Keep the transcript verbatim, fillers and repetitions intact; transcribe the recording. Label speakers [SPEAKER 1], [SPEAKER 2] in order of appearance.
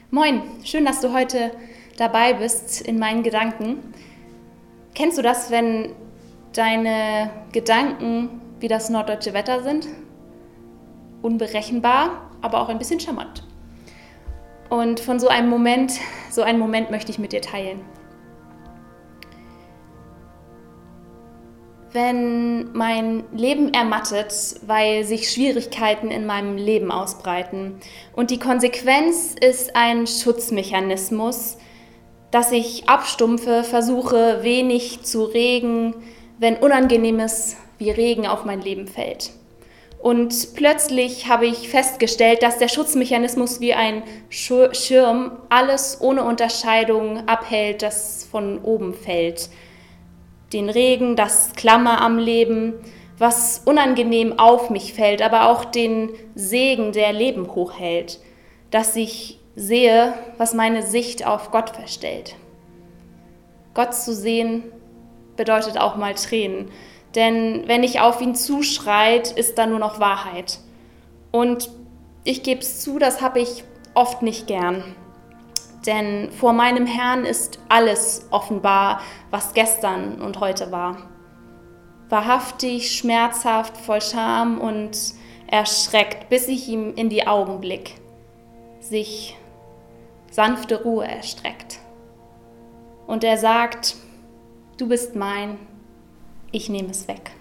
[SPEAKER 1] Moin, schön, dass du heute dabei bist in meinen Gedanken. Kennst du das, wenn deine Gedanken wie das norddeutsche Wetter sind? Unberechenbar, aber auch ein bisschen charmant. Und von so einem Moment, so einen Moment möchte ich mit dir teilen. Wenn mein Leben ermattet, weil sich Schwierigkeiten in meinem Leben ausbreiten und die Konsequenz ist ein Schutzmechanismus, dass ich abstumpfe, versuche wenig zu regen, wenn Unangenehmes wie Regen auf mein Leben fällt. Und plötzlich habe ich festgestellt, dass der Schutzmechanismus wie ein Schirm alles ohne Unterscheidung abhält, das von oben fällt. Den Regen, das Klammer am Leben, was unangenehm auf mich fällt, aber auch den Segen, der Leben hochhält, dass ich sehe, was meine Sicht auf Gott verstellt. Gott zu sehen bedeutet auch mal Tränen, denn wenn ich auf ihn zuschreit, ist da nur noch Wahrheit. Und ich gebe es zu, das habe ich oft nicht gern. Denn vor meinem Herrn ist alles offenbar, was gestern und heute war. Wahrhaftig, schmerzhaft, voll Scham und erschreckt, bis ich ihm in die Augen blick, sich sanfte Ruhe erstreckt. Und er sagt, du bist mein, ich nehme es weg.